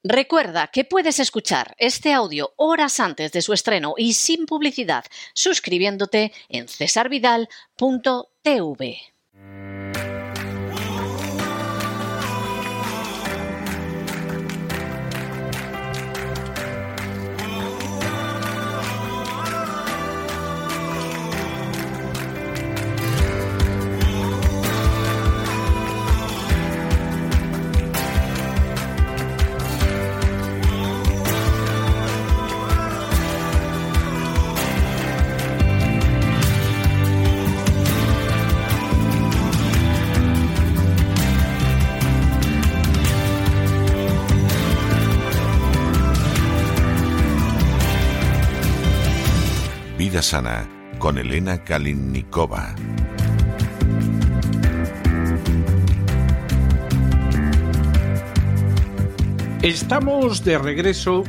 Recuerda que puedes escuchar este audio horas antes de su estreno y sin publicidad suscribiéndote en cesarvidal.tv. Vida Sana con Elena Kalinnikova. Estamos de regreso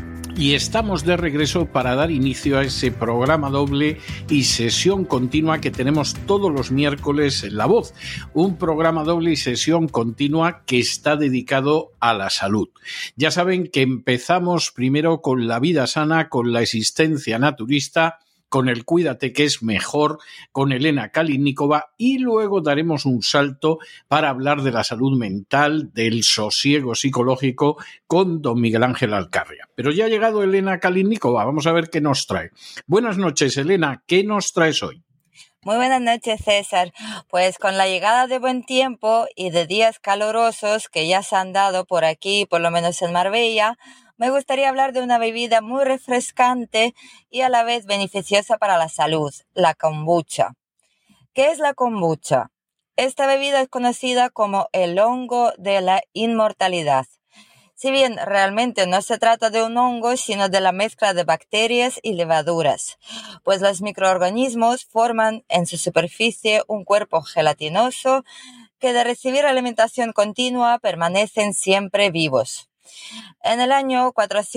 para dar inicio a ese programa doble y sesión continua que tenemos todos los miércoles en La Voz. Un programa doble y sesión continua que está dedicado a la salud. Ya saben que empezamos primero con la vida sana, con la existencia naturista, con el Cuídate que es mejor, con Elena Kalinnikova, y luego daremos un salto para hablar de la salud mental, del sosiego psicológico con don Miguel Ángel Alcarria. Pero ya ha llegado Elena Kalinnikova, vamos a ver qué nos trae. Buenas noches, Elena, ¿qué nos traes hoy? Muy buenas noches, César. Pues con la llegada de buen tiempo y de días calurosos que ya se han dado por aquí, por lo menos en Marbella, me gustaría hablar de una bebida muy refrescante y a la vez beneficiosa para la salud, la kombucha. ¿Qué es la kombucha? Esta bebida es conocida como el hongo de la inmortalidad. Si bien realmente no se trata de un hongo, sino de la mezcla de bacterias y levaduras, pues los microorganismos forman en su superficie un cuerpo gelatinoso que de recibir alimentación continua permanecen siempre vivos. En el año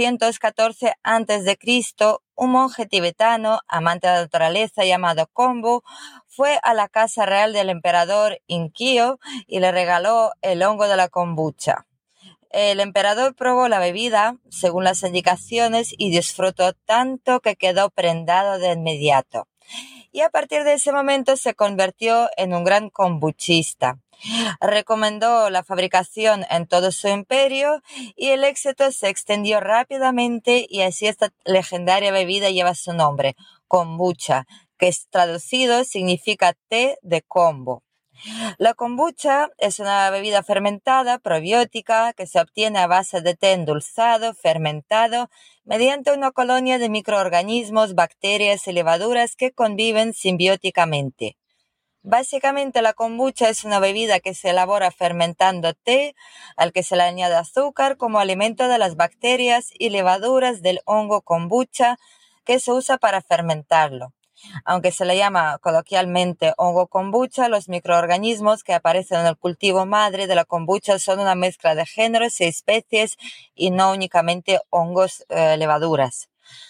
414 a.C., un monje tibetano, amante de la naturaleza llamado Kombu, fue a la casa real del emperador Inkyo y le regaló el hongo de la kombucha. El emperador probó la bebida, según las indicaciones, y disfrutó tanto que quedó prendado de inmediato. Y a partir de ese momento se convirtió en un gran kombuchista. Recomendó la fabricación en todo su imperio y el éxito se extendió rápidamente y así esta legendaria bebida lleva su nombre, kombucha, que traducido significa té de kombu. La kombucha es una bebida fermentada probiótica que se obtiene a base de té endulzado, fermentado, mediante una colonia de microorganismos, bacterias y levaduras que conviven simbióticamente. Básicamente la kombucha es una bebida que se elabora fermentando té, al que se le añade azúcar como alimento de las bacterias y levaduras del hongo kombucha que se usa para fermentarlo. Aunque se le llama coloquialmente hongo kombucha, los microorganismos que aparecen en el cultivo madre de la kombucha son una mezcla de géneros y especies y no únicamente hongos, levaduras.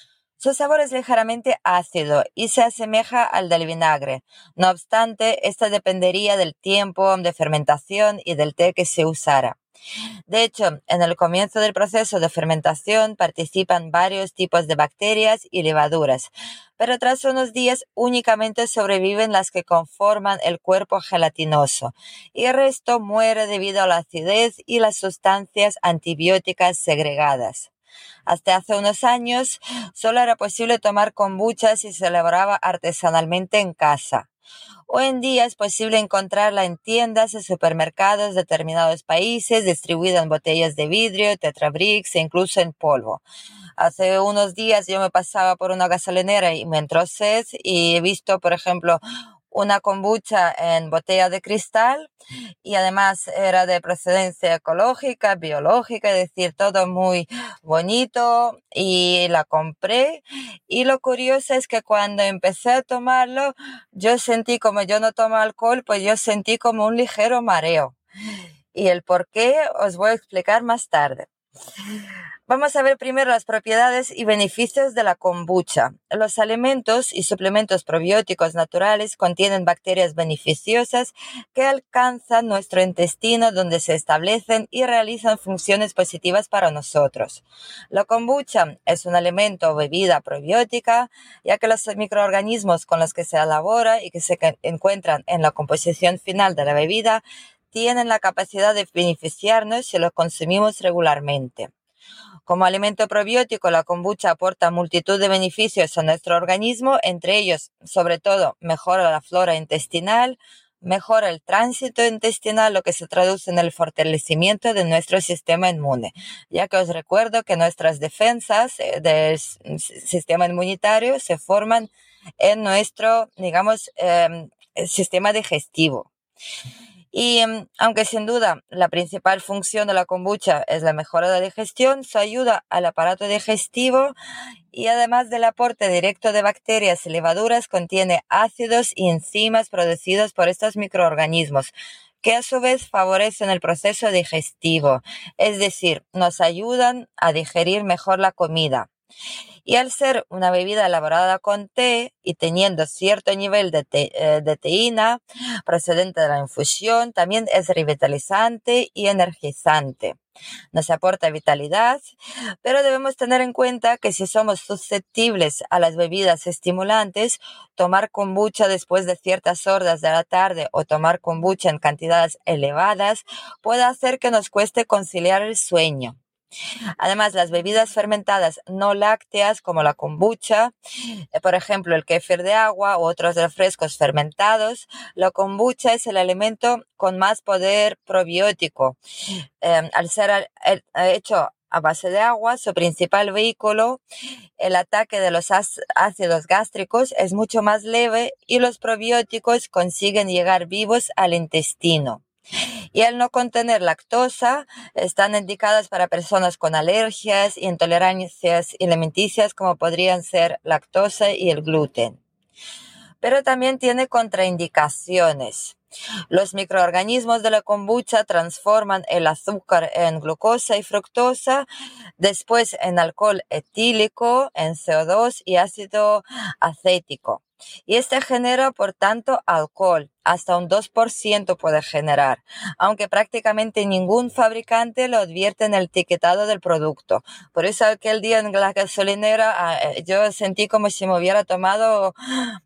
Su sabor es ligeramente ácido y se asemeja al del vinagre. No obstante, esta dependería del tiempo de fermentación y del té que se usara. De hecho, en el comienzo del proceso de fermentación participan varios tipos de bacterias y levaduras, pero tras unos días únicamente sobreviven las que conforman el cuerpo gelatinoso y el resto muere debido a la acidez y las sustancias antibióticas segregadas. Hasta hace unos años solo era posible tomar kombucha si se elaboraba artesanalmente en casa. Hoy en día es posible encontrarla en tiendas y supermercados de determinados países, distribuida en botellas de vidrio, Tetra Brix e incluso en polvo. Hace unos días yo me pasaba por una gasolinera y me entró sed y he visto, por ejemplo, una kombucha en botella de cristal y además era de procedencia ecológica, biológica, es decir, todo muy bonito y la compré. Y lo curioso es que cuando empecé a tomarlo, yo sentí, como yo no tomo alcohol, pues yo sentí como un ligero mareo. Y el por qué os voy a explicar más tarde. Vamos a ver primero las propiedades y beneficios de la kombucha. Los alimentos y suplementos probióticos naturales contienen bacterias beneficiosas que alcanzan nuestro intestino, donde se establecen y realizan funciones positivas para nosotros. La kombucha es un alimento o bebida probiótica, ya que los microorganismos con los que se elabora y que se encuentran en la composición final de la bebida tienen la capacidad de beneficiarnos si lo consumimos regularmente. Como alimento probiótico, la kombucha aporta multitud de beneficios a nuestro organismo, entre ellos, sobre todo, mejora la flora intestinal, mejora el tránsito intestinal, lo que se traduce en el fortalecimiento de nuestro sistema inmune, ya que os recuerdo que nuestras defensas del sistema inmunitario se forman en nuestro, sistema digestivo. Y aunque sin duda la principal función de la kombucha es la mejora de la digestión, su ayuda al aparato digestivo y además del aporte directo de bacterias y levaduras contiene ácidos y enzimas producidos por estos microorganismos que a su vez favorecen el proceso digestivo, es decir, nos ayudan a digerir mejor la comida. Y al ser una bebida elaborada con té y teniendo cierto nivel de teína procedente de la infusión, también es revitalizante y energizante. Nos aporta vitalidad, pero debemos tener en cuenta que si somos susceptibles a las bebidas estimulantes, tomar kombucha después de ciertas horas de la tarde o tomar kombucha en cantidades elevadas puede hacer que nos cueste conciliar el sueño. Además, las bebidas fermentadas no lácteas como la kombucha, por ejemplo, el kéfir de agua u otros refrescos fermentados, la kombucha es el alimento con más poder probiótico. Al ser hecho a base de agua, su principal vehículo, el ataque de los ácidos gástricos es mucho más leve y los probióticos consiguen llegar vivos al intestino. Y al no contener lactosa, están indicadas para personas con alergias e intolerancias alimenticias como podrían ser lactosa y el gluten. Pero también tiene contraindicaciones. Los microorganismos de la kombucha transforman el azúcar en glucosa y fructosa, después en alcohol etílico, en CO2 y ácido acético. Y este genera, por tanto, alcohol. Hasta un 2% puede generar, aunque prácticamente ningún fabricante lo advierte en el etiquetado del producto. Por eso aquel día en la gasolinera yo sentí como si me hubiera tomado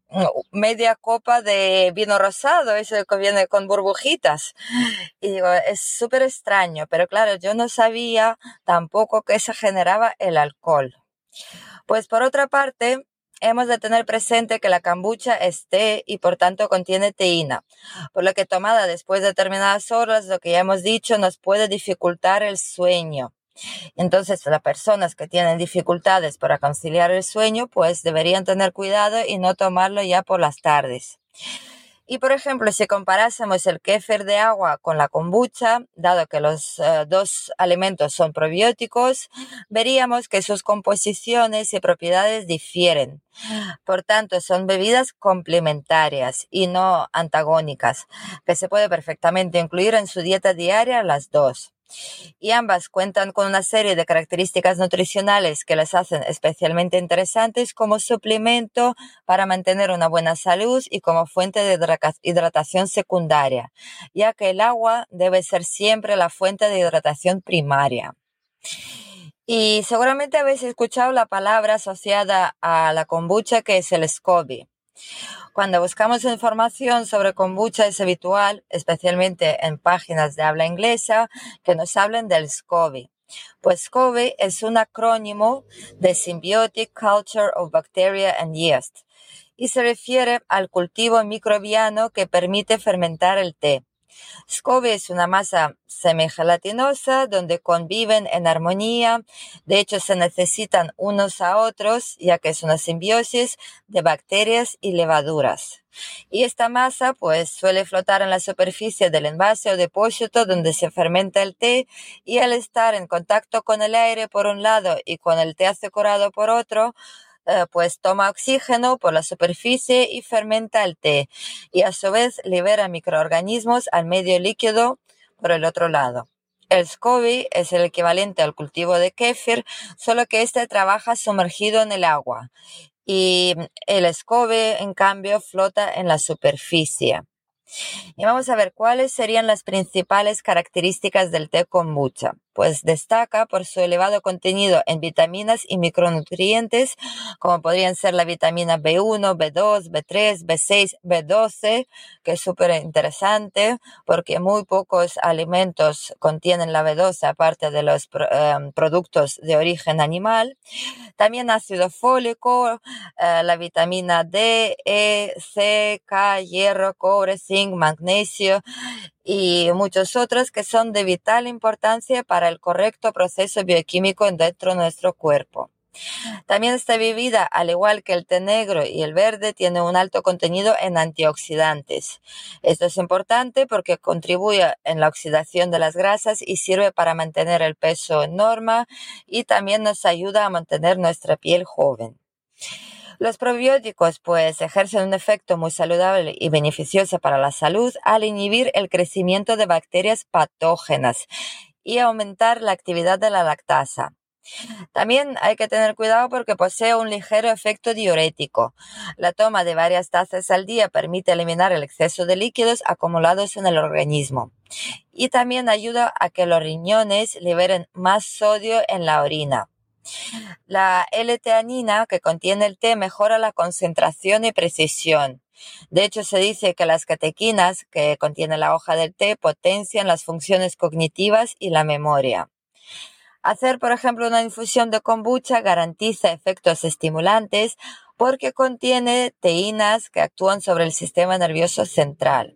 media copa de vino rosado, ese que viene con burbujitas. Y digo, es súper extraño, pero claro, yo no sabía tampoco que se generaba el alcohol. Pues por otra parte, hemos de tener presente que la kombucha es té y por tanto contiene teína, por lo que tomada después de determinadas horas, lo que ya hemos dicho, nos puede dificultar el sueño. Entonces, las personas que tienen dificultades para conciliar el sueño, pues deberían tener cuidado y no tomarlo ya por las tardes. Y, por ejemplo, si comparásemos el kéfir de agua con la kombucha, dado que los dos alimentos son probióticos, veríamos que sus composiciones y propiedades difieren. Por tanto, son bebidas complementarias y no antagónicas, que se puede perfectamente incluir en su dieta diaria las dos. Y ambas cuentan con una serie de características nutricionales que las hacen especialmente interesantes como suplemento para mantener una buena salud y como fuente de hidratación secundaria, ya que el agua debe ser siempre la fuente de hidratación primaria. Y seguramente habéis escuchado la palabra asociada a la kombucha, que es el SCOBY. Cuando buscamos información sobre kombucha es habitual, especialmente en páginas de habla inglesa, que nos hablen del SCOBY. Pues SCOBY es un acrónimo de Symbiotic Culture of Bacteria and Yeast y se refiere al cultivo microbiano que permite fermentar el té. SCOBY es una masa semigelatinosa donde conviven en armonía, de hecho se necesitan unos a otros ya que es una simbiosis de bacterias y levaduras. Y esta masa pues suele flotar en la superficie del envase o depósito donde se fermenta el té y al estar en contacto con el aire por un lado y con el té azucarado por otro, pues toma oxígeno por la superficie y fermenta el té y a su vez libera microorganismos al medio líquido por el otro lado. El SCOBY es el equivalente al cultivo de kéfir, solo que este trabaja sumergido en el agua y el SCOBY, en cambio, flota en la superficie. Y vamos a ver cuáles serían las principales características del té kombucha. Pues destaca por su elevado contenido en vitaminas y micronutrientes, como podrían ser la vitamina B1, B2, B3, B6, B12, que es súper interesante porque muy pocos alimentos contienen la B12 aparte de los productos de origen animal. También ácido fólico, la vitamina D, E, C, K, hierro, cobre, zinc, magnesio y muchos otros que son de vital importancia para el correcto proceso bioquímico dentro de nuestro cuerpo. También esta bebida, al igual que el té negro y el verde, tiene un alto contenido en antioxidantes. Esto es importante porque contribuye en la oxidación de las grasas y sirve para mantener el peso en norma y también nos ayuda a mantener nuestra piel joven. Los probióticos pues ejercen un efecto muy saludable y beneficioso para la salud al inhibir el crecimiento de bacterias patógenas y aumentar la actividad de la lactasa. También hay que tener cuidado porque posee un ligero efecto diurético. La toma de varias tazas al día permite eliminar el exceso de líquidos acumulados en el organismo. Y también ayuda a que los riñones liberen más sodio en la orina. La L-teanina que contiene el té mejora la concentración y precisión. De hecho, se dice que las catequinas que contiene la hoja del té potencian las funciones cognitivas y la memoria. Hacer, por ejemplo, una infusión de kombucha garantiza efectos estimulantes porque contiene teínas que actúan sobre el sistema nervioso central.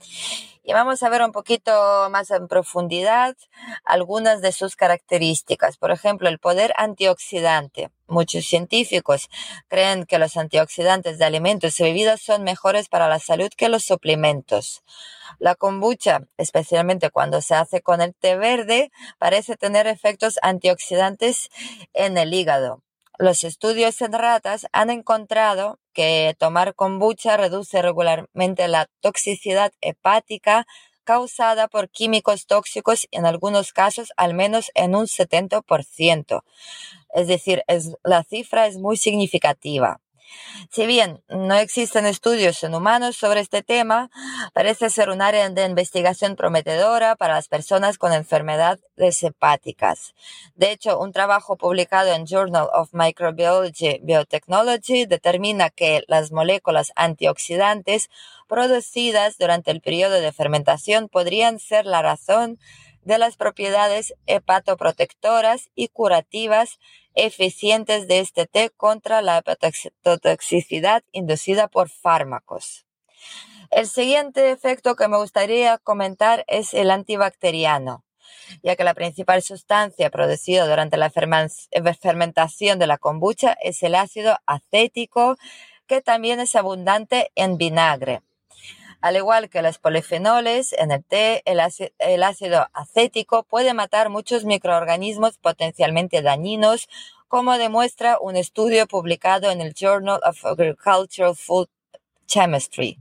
Y vamos a ver un poquito más en profundidad algunas de sus características. Por ejemplo, el poder antioxidante. Muchos científicos creen que los antioxidantes de alimentos y bebidas son mejores para la salud que los suplementos. La kombucha, especialmente cuando se hace con el té verde, parece tener efectos antioxidantes en el hígado. Los estudios en ratas han encontrado que tomar kombucha reduce regularmente la toxicidad hepática causada por químicos tóxicos, en algunos casos al menos en un 70%. Es decir, la cifra es muy significativa. Si bien no existen estudios en humanos sobre este tema, parece ser un área de investigación prometedora para las personas con enfermedades hepáticas. De hecho, un trabajo publicado en Journal of Microbiology Biotechnology determina que las moléculas antioxidantes producidas durante el periodo de fermentación podrían ser la razón de las propiedades hepatoprotectoras y curativas eficientes de este té contra la hepatotoxicidad inducida por fármacos. El siguiente efecto que me gustaría comentar es el antibacteriano, ya que la principal sustancia producida durante la fermentación de la kombucha es el ácido acético, que también es abundante en vinagre. Al igual que los polifenoles en el té, el ácido acético puede matar muchos microorganismos potencialmente dañinos, como demuestra un estudio publicado en el Journal of Agricultural Food Chemistry.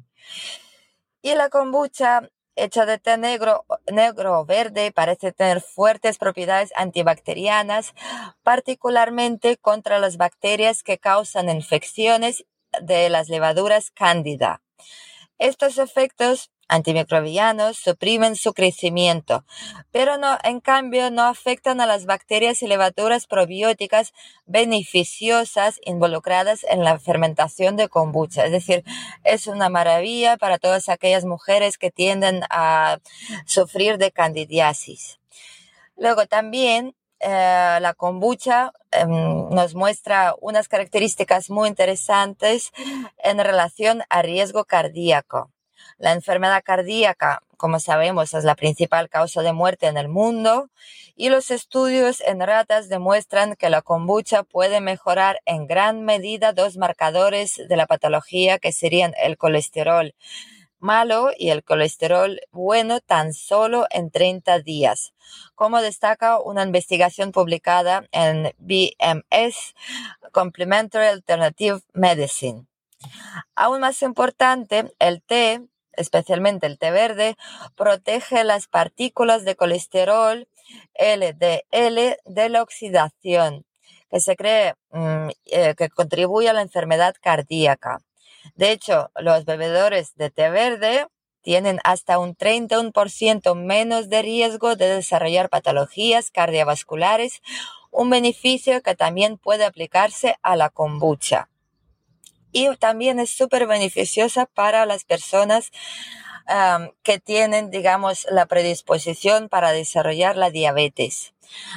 Y la kombucha hecha de té negro o verde parece tener fuertes propiedades antibacterianas, particularmente contra las bacterias que causan infecciones de las levaduras cándida. Estos efectos antimicrobianos suprimen su crecimiento, pero en cambio no afectan a las bacterias y levaduras probióticas beneficiosas involucradas en la fermentación de kombucha. Es decir, es una maravilla para todas aquellas mujeres que tienden a sufrir de candidiasis. Luego también la kombucha nos muestra unas características muy interesantes en relación a riesgo cardíaco. La enfermedad cardíaca, como sabemos, es la principal causa de muerte en el mundo y los estudios en ratas demuestran que la kombucha puede mejorar en gran medida dos marcadores de la patología que serían el colesterol malo y el colesterol bueno tan solo en 30 días, como destaca una investigación publicada en BMS, Complementary Alternative Medicine. Aún más importante, el té, especialmente el té verde, protege las partículas de colesterol LDL de la oxidación, que se cree que contribuye a la enfermedad cardíaca. De hecho, los bebedores de té verde tienen hasta un 31% menos de riesgo de desarrollar patologías cardiovasculares, un beneficio que también puede aplicarse a la kombucha. Y también es súper beneficiosa para las personas que tienen, digamos, la predisposición para desarrollar la diabetes.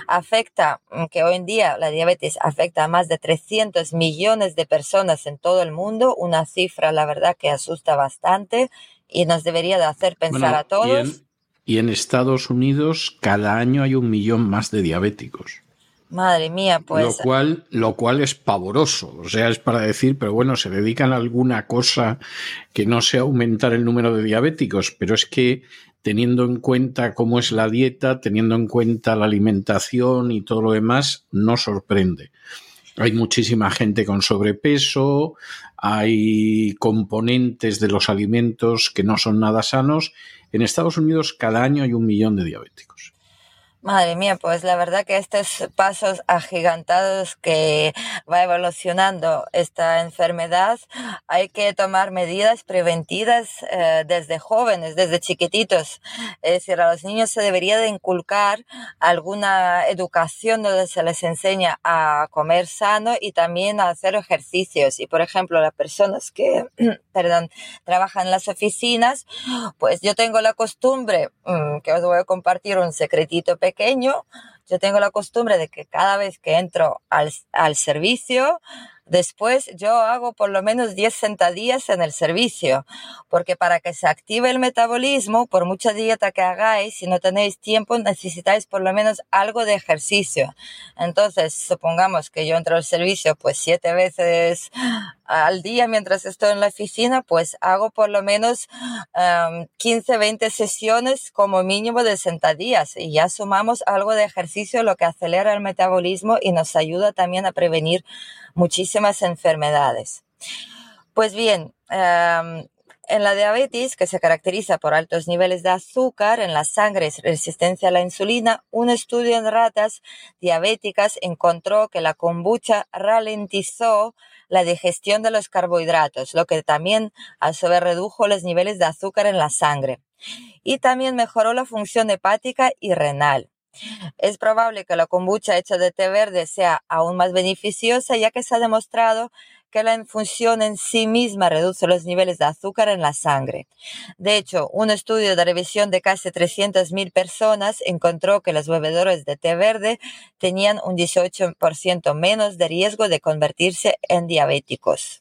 Que hoy en día la diabetes afecta a más de 300 millones de personas en todo el mundo, una cifra, la verdad, que asusta bastante y nos debería de hacer pensar a todos. Y en Estados Unidos cada año hay 1 millón más de diabéticos. Madre mía, pues... Lo cual es pavoroso, o sea, es para decir, pero bueno, se dedican a alguna cosa que no sea aumentar el número de diabéticos, pero es que teniendo en cuenta cómo es la dieta, teniendo en cuenta la alimentación y todo lo demás, no sorprende. Hay muchísima gente con sobrepeso, hay componentes de los alimentos que no son nada sanos. En Estados Unidos cada año hay 1 millón de diabéticos. Madre mía, pues la verdad que estos pasos agigantados que va evolucionando esta enfermedad, hay que tomar medidas preventivas desde jóvenes, desde chiquititos. Es decir, a los niños se debería de inculcar alguna educación donde se les enseña a comer sano y también a hacer ejercicios. Y por ejemplo, las personas que, trabajan en las oficinas, pues yo tengo la costumbre, que os voy a compartir un secretito pequeño. Yo tengo la costumbre de que cada vez que entro al servicio, después yo hago por lo menos 10 sentadillas en el servicio, porque para que se active el metabolismo, por mucha dieta que hagáis, si no tenéis tiempo, necesitáis por lo menos algo de ejercicio. Entonces, supongamos que yo entro al servicio pues 7 veces al día mientras estoy en la oficina, pues hago por lo menos 15, 20 sesiones como mínimo de sentadillas y ya sumamos algo de ejercicio, lo que acelera el metabolismo y nos ayuda también a prevenir muchísimas enfermedades. Pues bien, en la diabetes, que se caracteriza por altos niveles de azúcar en la sangre y resistencia a la insulina, un estudio en ratas diabéticas encontró que la kombucha ralentizó la digestión de los carbohidratos, lo que también a su vez redujo los niveles de azúcar en la sangre y también mejoró la función hepática y renal. Es probable que la kombucha hecha de té verde sea aún más beneficiosa, ya que se ha demostrado que la infusión en sí misma reduce los niveles de azúcar en la sangre. De hecho, un estudio de revisión de casi 300.000 personas encontró que los bebedores de té verde tenían un 18% menos de riesgo de convertirse en diabéticos.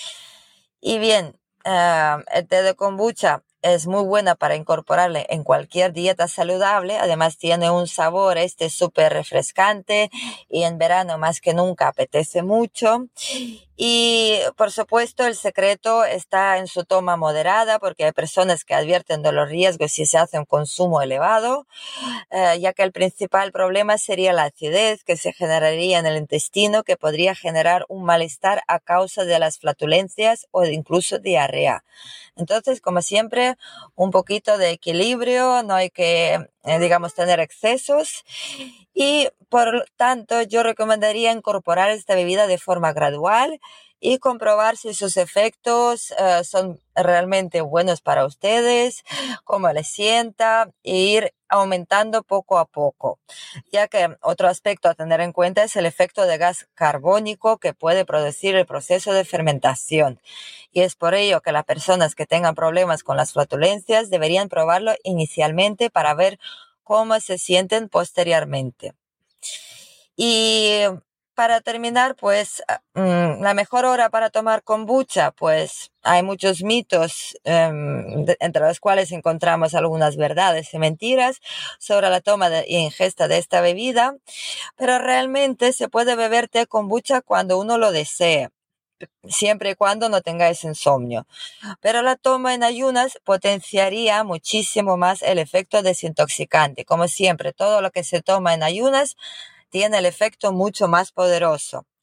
Y bien, el té de kombucha es muy buena para incorporarle en cualquier dieta saludable. Además tiene un sabor súper refrescante y en verano más que nunca apetece mucho. Y por supuesto el secreto está en su toma moderada, porque hay personas que advierten de los riesgos si se hace un consumo elevado, ya que el principal problema sería la acidez que se generaría en el intestino, que podría generar un malestar a causa de las flatulencias o incluso diarrea. Entonces, como siempre, un poquito de equilibrio, no hay que, tener excesos. Y por lo tanto, yo recomendaría incorporar esta bebida de forma gradual y comprobar si sus efectos son realmente buenos para ustedes, cómo les sienta, e ir aumentando poco a poco, ya que otro aspecto a tener en cuenta es el efecto de gas carbónico que puede producir el proceso de fermentación, y es por ello que las personas que tengan problemas con las flatulencias deberían probarlo inicialmente para ver cómo se sienten posteriormente. Y para terminar, pues la mejor hora para tomar kombucha, pues hay muchos mitos, entre los cuales encontramos algunas verdades y mentiras sobre la toma y ingesta de esta bebida, pero realmente se puede beber té kombucha cuando uno lo desee, siempre y cuando no tengáis insomnio. Pero la toma en ayunas potenciaría muchísimo más el efecto desintoxicante. Como siempre, todo lo que se toma en ayunas tiene el efecto mucho más poderoso.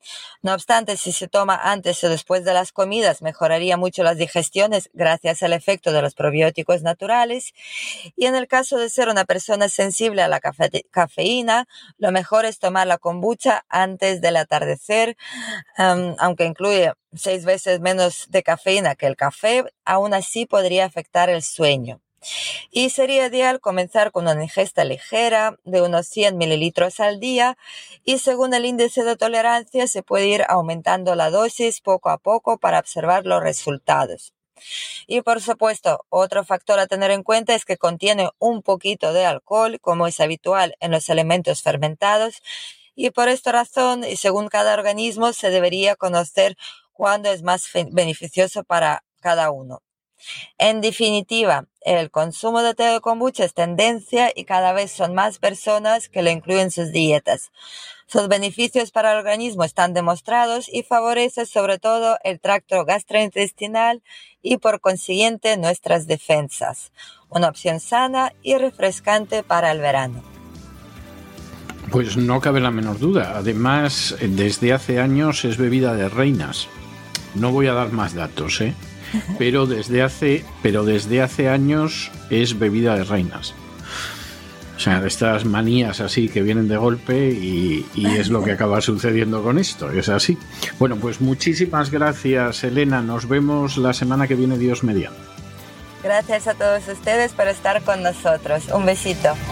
No obstante, si se toma antes o después de las comidas, mejoraría mucho las digestiones gracias al efecto de los probióticos naturales. Y en el caso de ser una persona sensible a la cafeína, lo mejor es tomar la kombucha antes del atardecer, aunque incluye 6 veces menos de cafeína que el café, aún así podría afectar el sueño. Y sería ideal comenzar con una ingesta ligera de unos 100 mililitros al día y según el índice de tolerancia se puede ir aumentando la dosis poco a poco para observar los resultados. Y por supuesto, otro factor a tener en cuenta es que contiene un poquito de alcohol, como es habitual en los alimentos fermentados, y por esta razón, y según cada organismo, se debería conocer cuándo es más beneficioso para cada uno. En definitiva, el consumo de té de kombucha es tendencia y cada vez son más personas que lo incluyen en sus dietas. Sus beneficios para el organismo están demostrados y favorece sobre todo el tracto gastrointestinal y por consiguiente nuestras defensas. Una opción sana y refrescante para el verano. Pues no cabe la menor duda. Además, desde hace años es bebida de reinas. No voy a dar más datos, pero desde hace años es bebida de reinas. O sea, estas manías así que vienen de golpe y es lo que acaba sucediendo con esto, es así. Bueno, pues muchísimas gracias, Elena. Nos vemos la semana que viene, Dios mediante. Gracias a todos ustedes por estar con nosotros. Un besito.